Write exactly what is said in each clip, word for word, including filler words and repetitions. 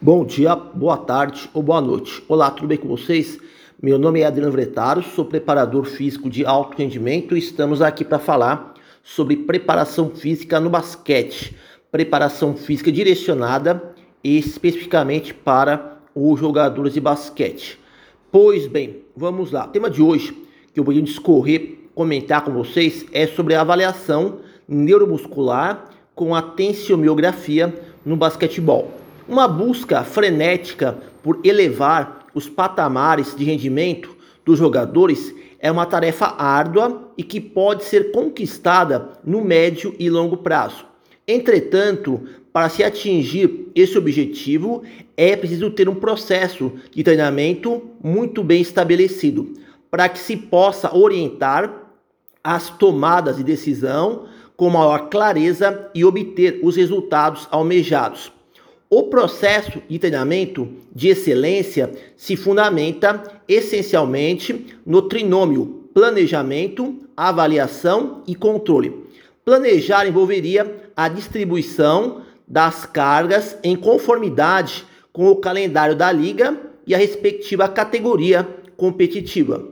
Bom dia, boa tarde ou boa noite. Olá, tudo bem com vocês? Meu nome é Adriano Vretaro, sou preparador físico de alto rendimento e estamos aqui para falar sobre preparação física no basquete. Preparação física direcionada especificamente para os jogadores de basquete. Pois bem, vamos lá. O tema de hoje que eu vou discorrer, comentar com vocês é sobre a avaliação neuromuscular com a tensiomiografia no basquetebol. Uma busca frenética por elevar os patamares de rendimento dos jogadores é uma tarefa árdua e que pode ser conquistada no médio e longo prazo. Entretanto, para se atingir esse objetivo, é preciso ter um processo de treinamento muito bem estabelecido, para que se possa orientar as tomadas de decisão com maior clareza e obter os resultados almejados. O processo de treinamento de excelência se fundamenta essencialmente no trinômio planejamento, avaliação e controle. Planejar envolveria a distribuição das cargas em conformidade com o calendário da liga e a respectiva categoria competitiva.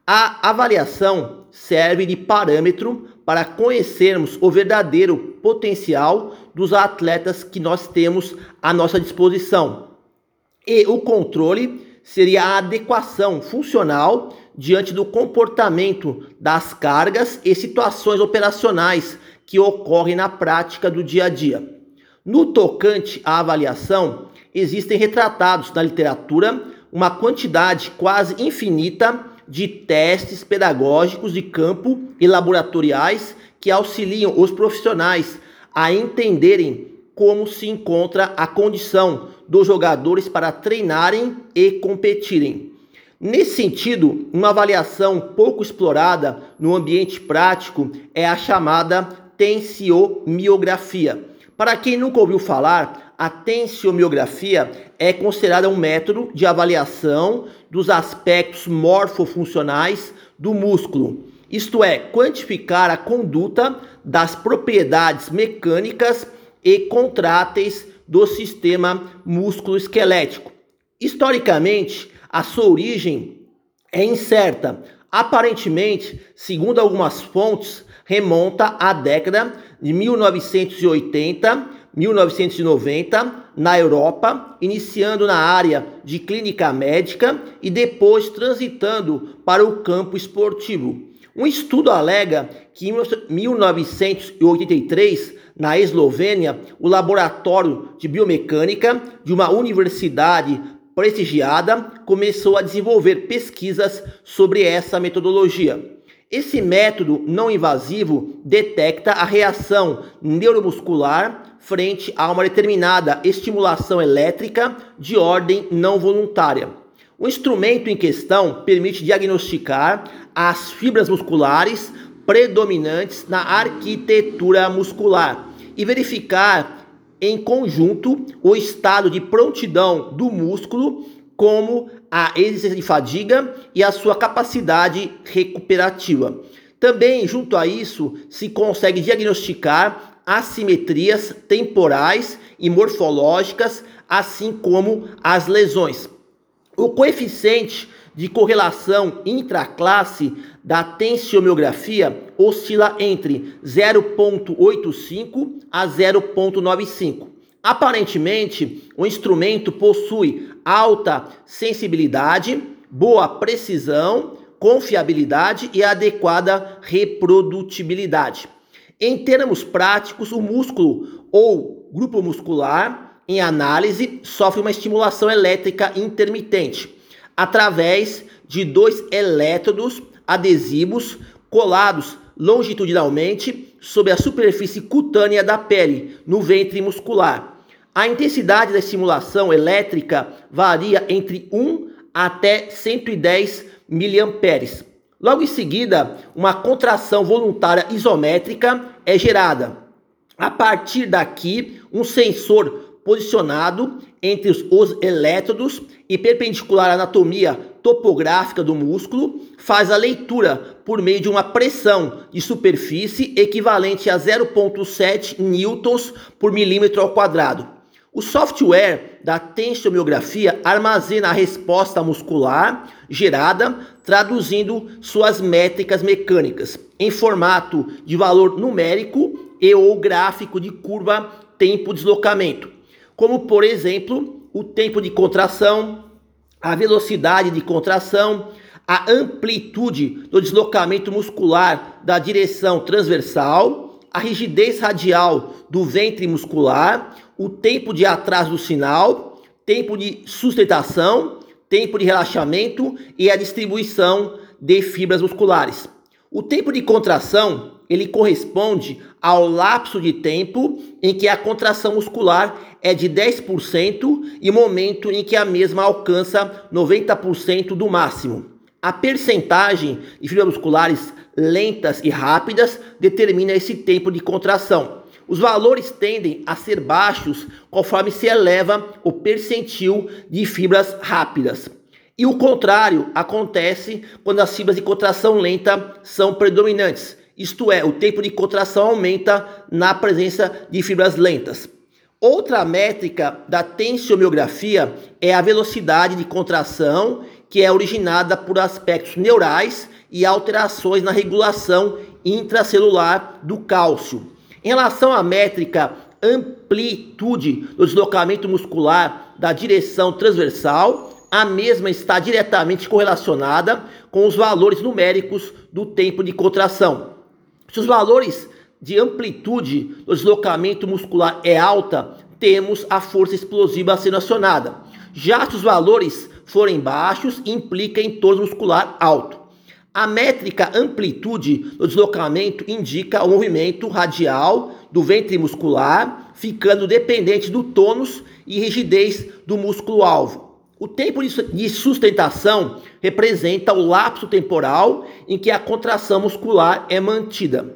A avaliação serve de parâmetro para conhecermos o verdadeiro potencial dos atletas que nós temos à nossa disposição. E o controle seria a adequação funcional diante do comportamento das cargas e situações operacionais que ocorrem na prática do dia a dia. No tocante à avaliação, existem retratados na literatura uma quantidade quase infinita de testes pedagógicos de campo e laboratoriais que auxiliam os profissionais a entenderem como se encontra a condição dos jogadores para treinarem e competirem. Nesse sentido, uma avaliação pouco explorada no ambiente prático é a chamada tensiomiografia. Para quem nunca ouviu falar, a tensiomiografia é considerada um método de avaliação dos aspectos morfofuncionais do músculo, isto é, quantificar a conduta das propriedades mecânicas e contráteis do sistema músculo-esquelético. Historicamente, a sua origem é incerta. Aparentemente, segundo algumas fontes, remonta à década de mil novecentos e oitenta, mil novecentos e noventa, na Europa, iniciando na área de clínica médica e depois transitando para o campo esportivo. Um estudo alega que em mil novecentos e oitenta e três, na Eslovênia, o laboratório de biomecânica de uma universidade prestigiada começou a desenvolver pesquisas sobre essa metodologia. Esse método não invasivo detecta a reação neuromuscular frente a uma determinada estimulação elétrica de ordem não voluntária. O instrumento em questão permite diagnosticar as fibras musculares predominantes na arquitetura muscular e verificar em conjunto o estado de prontidão do músculo, como a existência de fadiga e a sua capacidade recuperativa. Também, junto a isso, se consegue diagnosticar assimetrias temporais e morfológicas, assim como as lesões. O coeficiente de correlação intraclasse da tensiomiografia oscila entre zero vírgula oitenta e cinco a zero vírgula noventa e cinco. Aparentemente, o instrumento possui alta sensibilidade, boa precisão, confiabilidade e adequada reprodutibilidade. Em termos práticos, o músculo ou grupo muscular, em análise, sofre uma estimulação elétrica intermitente, através de dois elétrodos adesivos colados longitudinalmente sobre a superfície cutânea da pele, no ventre muscular. A intensidade da estimulação elétrica varia entre um até cento e dez miliamperes. Logo em seguida, uma contração voluntária isométrica é gerada. A partir daqui, um sensor posicionado entre os elétrodos e perpendicular à anatomia topográfica do músculo faz a leitura por meio de uma pressão de superfície equivalente a zero vírgula sete newtons por milímetro ao quadrado. O software da tensiomiografia armazena a resposta muscular gerada, traduzindo suas métricas mecânicas em formato de valor numérico e ou gráfico de curva tempo-deslocamento, como, por exemplo, o tempo de contração, a velocidade de contração, a amplitude do deslocamento muscular da direção transversal, a rigidez radial do ventre muscular, o tempo de atraso do sinal, tempo de sustentação, tempo de relaxamento e a distribuição de fibras musculares. O tempo de contração, ele corresponde ao lapso de tempo em que a contração muscular é de dez por cento e o momento em que a mesma alcança noventa por cento do máximo. A percentagem de fibras musculares lentas e rápidas determina esse tempo de contração. Os valores tendem a ser baixos conforme se eleva o percentil de fibras rápidas. E o contrário acontece quando as fibras de contração lenta são predominantes. Isto é, o tempo de contração aumenta na presença de fibras lentas. Outra métrica da tensiomiografia é a velocidade de contração, que é originada por aspectos neurais e alterações na regulação intracelular do cálcio. Em relação à métrica amplitude do deslocamento muscular da direção transversal, a mesma está diretamente correlacionada com os valores numéricos do tempo de contração. Se os valores de amplitude do deslocamento muscular é alta, temos a força explosiva sendo acionada. Já se os valores forem baixos, implica em torno muscular alto. A métrica amplitude do deslocamento indica o movimento radial do ventre muscular, ficando dependente do tônus e rigidez do músculo-alvo. O tempo de sustentação representa o lapso temporal em que a contração muscular é mantida.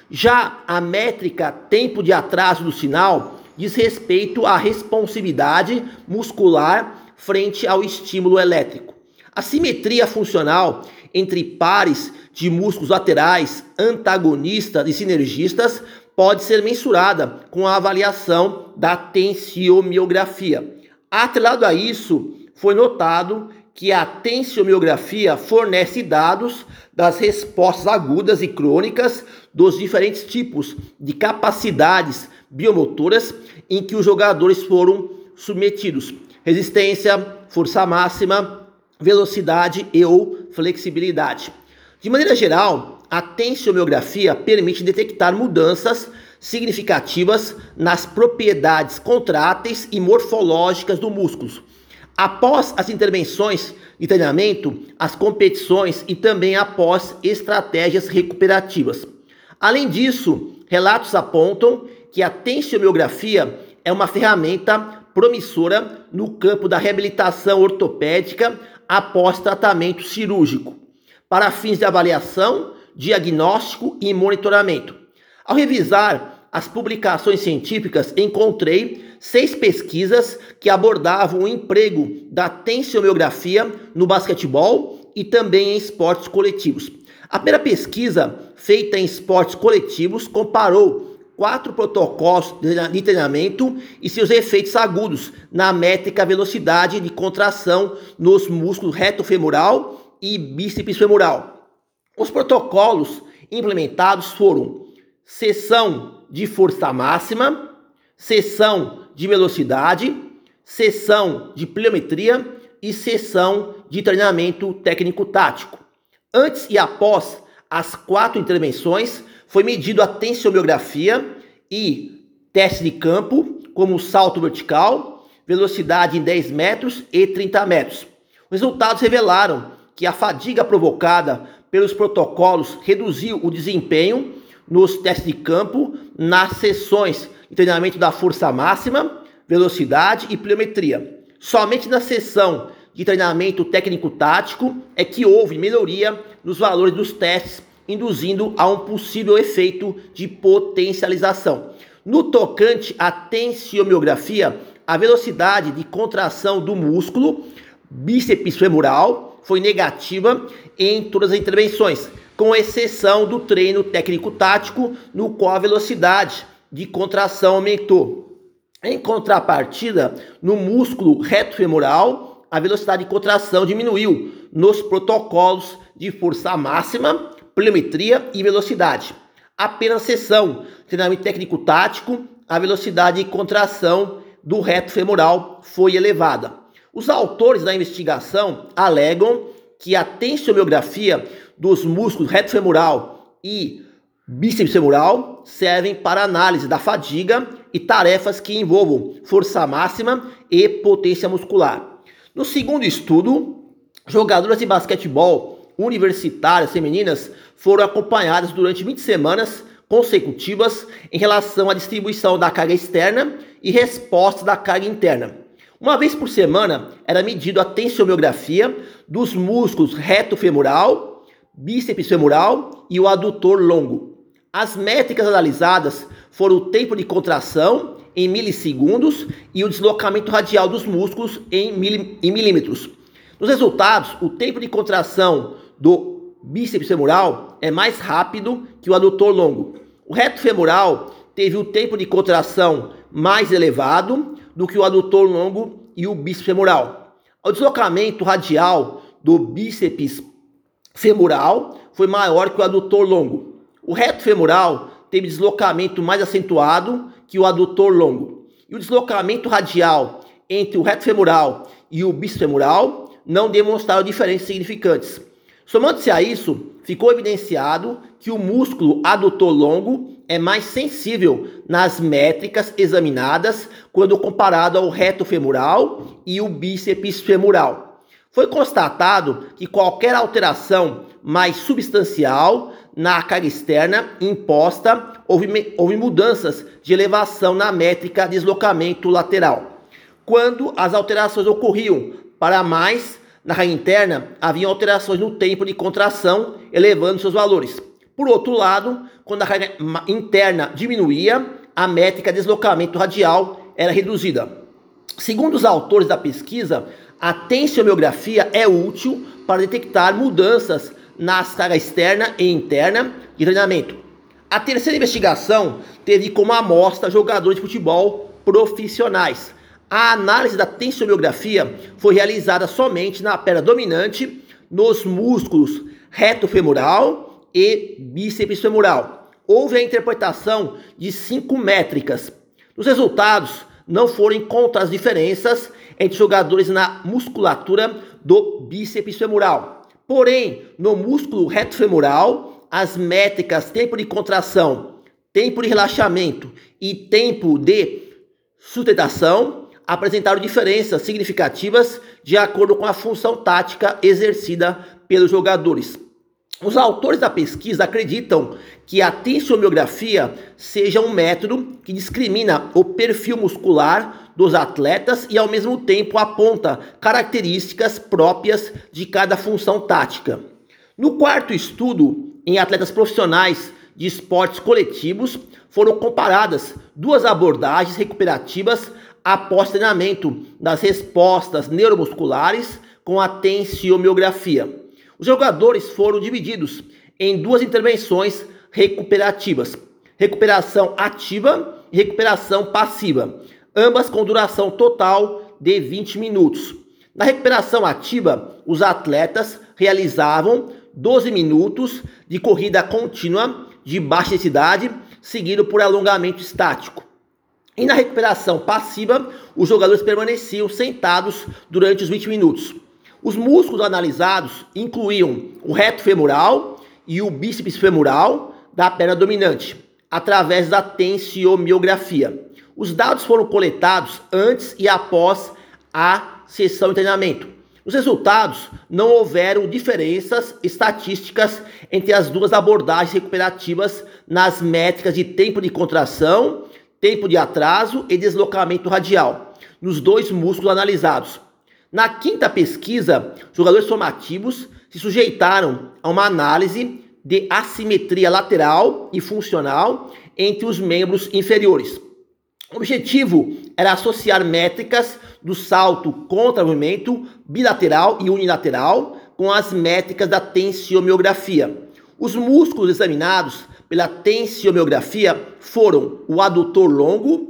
Já a métrica tempo de atraso do sinal diz respeito à responsividade muscular frente ao estímulo elétrico. A simetria funcional entre pares de músculos laterais, antagonistas e sinergistas pode ser mensurada com a avaliação da tensiomiografia. Atrelado a isso, foi notado que a tensiomiografia fornece dados das respostas agudas e crônicas dos diferentes tipos de capacidades biomotoras em que os jogadores foram submetidos: resistência, força máxima, velocidade e ou flexibilidade. De maneira geral, a tensiomiografia permite detectar mudanças significativas nas propriedades contráteis e morfológicas do músculo. Após as intervenções de treinamento, as competições e também após estratégias recuperativas. Além disso, relatos apontam que a tensiomiografia é uma ferramenta promissora no campo da reabilitação ortopédica após tratamento cirúrgico, para fins de avaliação, diagnóstico e monitoramento. Ao revisar as publicações científicas, encontrei seis pesquisas que abordavam o emprego da tensiomiografia no basquetebol e também em esportes coletivos. A primeira pesquisa, feita em esportes coletivos, comparou quatro protocolos de treinamento e seus efeitos agudos na métrica velocidade de contração nos músculos reto femoral e bíceps femoral. Os protocolos implementados foram sessão de força máxima, sessão de velocidade, sessão de pliometria e sessão de treinamento técnico-tático. Antes e após as quatro intervenções, foi medido a tensiomiografia e teste de campo, como salto vertical, velocidade em dez metros e trinta metros. Os resultados revelaram que a fadiga provocada pelos protocolos reduziu o desempenho nos testes de campo nas sessões de treinamento da força máxima, velocidade e pliometria. Somente na sessão de treinamento técnico-tático é que houve melhoria nos valores dos testes, induzindo a um possível efeito de potencialização. No tocante à tensiomiografia, a velocidade de contração do músculo bíceps femoral foi negativa em todas as intervenções, com exceção do treino técnico-tático, no qual a velocidade de contração aumentou. Em contrapartida, no músculo reto femoral, a velocidade de contração diminuiu nos protocolos de força máxima, pliometria e velocidade. Apenas sessão, treinamento técnico-tático, a velocidade de contração do reto femoral foi elevada. Os autores da investigação alegam que a tensiomiografia dos músculos reto femoral e bíceps femoral servem para análise da fadiga e tarefas que envolvam força máxima e potência muscular. No segundo estudo, jogadoras de basquetebol universitárias femininas foram acompanhadas durante vinte semanas consecutivas em relação à distribuição da carga externa e resposta da carga interna. Uma vez por semana era medida a tensiomiografia dos músculos reto femoral, bíceps femoral e o adutor longo. As métricas analisadas foram o tempo de contração em milissegundos e o deslocamento radial dos músculos em, mili em milímetros. Nos resultados, o tempo de contração do bíceps femoral é mais rápido que o adutor longo. O reto femoral teve o tempo de contração mais elevado do que o adutor longo e o bíceps femoral. O deslocamento radial do bíceps femoral foi maior que o adutor longo. O reto femoral teve deslocamento mais acentuado que o adutor longo. E o deslocamento radial entre o reto femoral e o bíceps femoral não demonstraram diferenças significantes. Somando-se a isso, ficou evidenciado que o músculo adutor longo é mais sensível nas métricas examinadas quando comparado ao reto femoral e o bíceps femoral. Foi constatado que qualquer alteração mais substancial na carga externa imposta houve, houve mudanças de elevação na métrica deslocamento lateral. Quando as alterações ocorriam para mais na carga interna, haviam alterações no tempo de contração, elevando seus valores. Por outro lado, quando a carga interna diminuía, a métrica deslocamento radial era reduzida. Segundo os autores da pesquisa, a tensiomiografia é útil para detectar mudanças nas cargas externa e interna de treinamento. A terceira investigação teve como amostra jogadores de futebol profissionais. A análise da tensiomiografia foi realizada somente na perna dominante, nos músculos reto femoral e bíceps femoral. Houve a interpretação de cinco métricas. Nos resultados, não foram encontradas diferenças entre jogadores na musculatura do bíceps femoral. Porém, no músculo reto femoral, as métricas tempo de contração, tempo de relaxamento e tempo de sustentação apresentaram diferenças significativas de acordo com a função tática exercida pelos jogadores. Os autores da pesquisa acreditam que a tensiomiografia seja um método que discrimina o perfil muscular dos atletas e ao mesmo tempo aponta características próprias de cada função tática. No quarto estudo, em atletas profissionais de esportes coletivos, foram comparadas duas abordagens recuperativas após treinamento das respostas neuromusculares com a tensiomiografia. Os jogadores foram divididos em duas intervenções recuperativas, recuperação ativa e recuperação passiva, ambas com duração total de vinte minutos. Na recuperação ativa, os atletas realizavam doze minutos de corrida contínua de baixa intensidade, seguido por alongamento estático. E na recuperação passiva, os jogadores permaneciam sentados durante os vinte minutos. Os músculos analisados incluíam o reto femoral e o bíceps femoral da perna dominante, através da tensiomiografia. Os dados foram coletados antes e após a sessão de treinamento. Os resultados não houveram diferenças estatísticas entre as duas abordagens recuperativas nas métricas de tempo de contração, tempo de atraso e deslocamento radial, nos dois músculos analisados. Na quinta pesquisa, jogadores formativos se sujeitaram a uma análise de assimetria lateral e funcional entre os membros inferiores. O objetivo era associar métricas do salto contra movimento bilateral e unilateral com as métricas da tensiomiografia. Os músculos examinados pela tensiomiografia foram o adutor longo,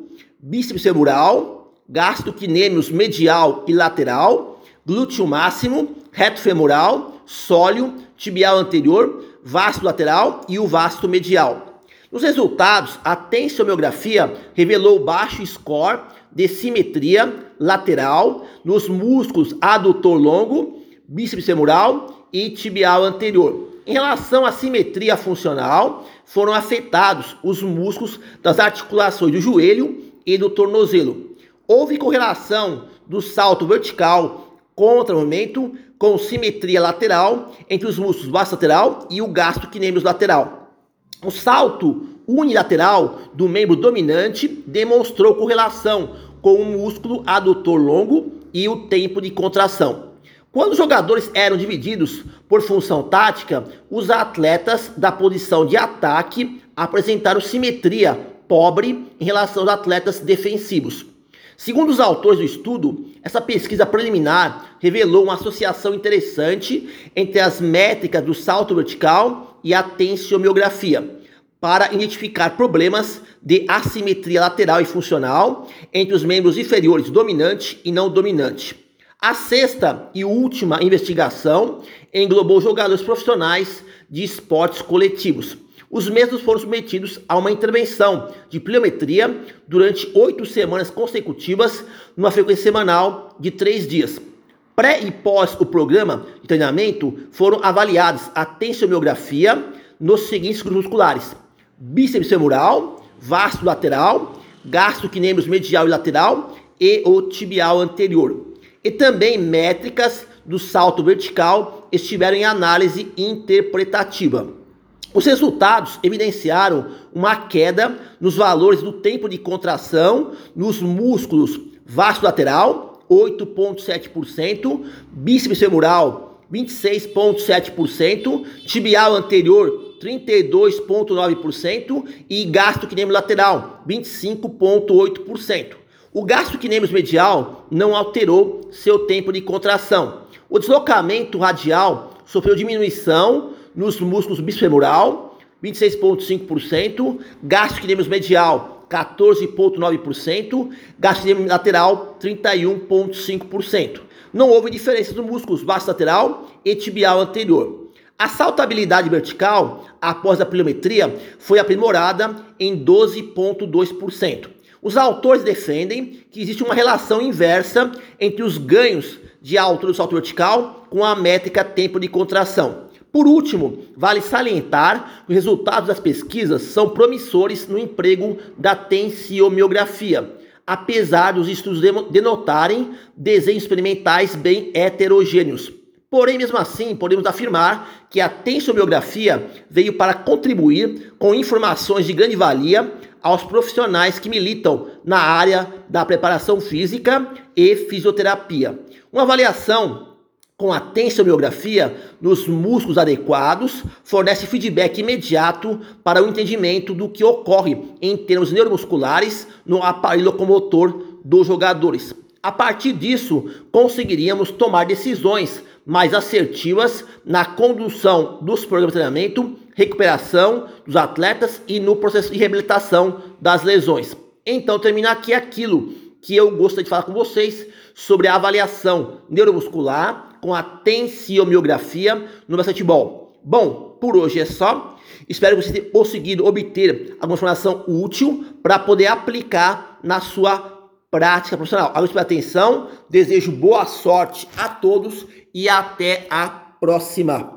bíceps femoral, gastrocnêmios medial e lateral, glúteo máximo, reto femoral, sóleo, tibial anterior, vasto lateral e o vasto medial. Nos resultados, a tensiomiografia revelou baixo score de simetria lateral nos músculos adutor longo, bíceps femoral e tibial anterior. Em relação à simetria funcional, foram afetados os músculos das articulações do joelho e do tornozelo. Houve correlação do salto vertical contra o movimento com simetria lateral entre os músculos vasto lateral e o gastrocnêmios lateral. O salto unilateral do membro dominante demonstrou correlação com o músculo adutor longo e o tempo de contração. Quando os jogadores eram divididos por função tática, os atletas da posição de ataque apresentaram simetria pobre em relação aos atletas defensivos. Segundo os autores do estudo, essa pesquisa preliminar revelou uma associação interessante entre as métricas do salto vertical e a tensiomiografia, para identificar problemas de assimetria lateral e funcional entre os membros inferiores dominante e não dominante. A sexta e última investigação englobou jogadores profissionais de esportes coletivos. Os mesmos foram submetidos a uma intervenção de pliometria durante oito semanas consecutivas, numa frequência semanal de três dias. Pré e pós o programa de treinamento foram avaliados a tensiomiografia nos seguintes grupos musculares: bíceps femoral, vasto lateral, gastrocnêmios medial e lateral e o tibial anterior. E também métricas do salto vertical estiveram em análise interpretativa. Os resultados evidenciaram uma queda nos valores do tempo de contração nos músculos vasto lateral, oito vírgula sete por cento, bíceps femoral, vinte e seis vírgula sete por cento, tibial anterior, trinta e dois vírgula nove por cento e gastrocnêmio lateral, vinte e cinco vírgula oito por cento. O gastrocnêmio medial não alterou seu tempo de contração. O deslocamento radial sofreu diminuição nos músculos bíceps femoral, vinte e seis vírgula cinco por cento, gastrocnêmio medial, quatorze vírgula nove por cento, gastrocnêmio lateral, trinta e um vírgula cinco por cento. Não houve diferença nos músculos vasto lateral e tibial anterior. A saltabilidade vertical, após a pliometria, foi aprimorada em doze vírgula dois por cento. Os autores defendem que existe uma relação inversa entre os ganhos de altura do salto vertical com a métrica tempo de contração. Por último, vale salientar que os resultados das pesquisas são promissores no emprego da tensiomiografia, apesar dos estudos denotarem desenhos experimentais bem heterogêneos. Porém, mesmo assim, podemos afirmar que a tensiomiografia veio para contribuir com informações de grande valia aos profissionais que militam na área da preparação física e fisioterapia. Uma avaliação com a tensiomiografia nos músculos adequados fornece feedback imediato para o entendimento do que ocorre em termos neuromusculares no aparelho locomotor dos jogadores. A partir disso, conseguiríamos tomar decisões mais assertivas na condução dos programas de treinamento, recuperação dos atletas e no processo de reabilitação das lesões. Então, termina aqui aquilo que eu gostaria de falar com vocês sobre a avaliação neuromuscular com a tensiomiografia no basquetebol. Bom, por hoje é só. Espero que você tenha conseguido obter alguma informação útil para poder aplicar na sua prática profissional. Agradeço pela atenção, desejo boa sorte a todos e até a próxima.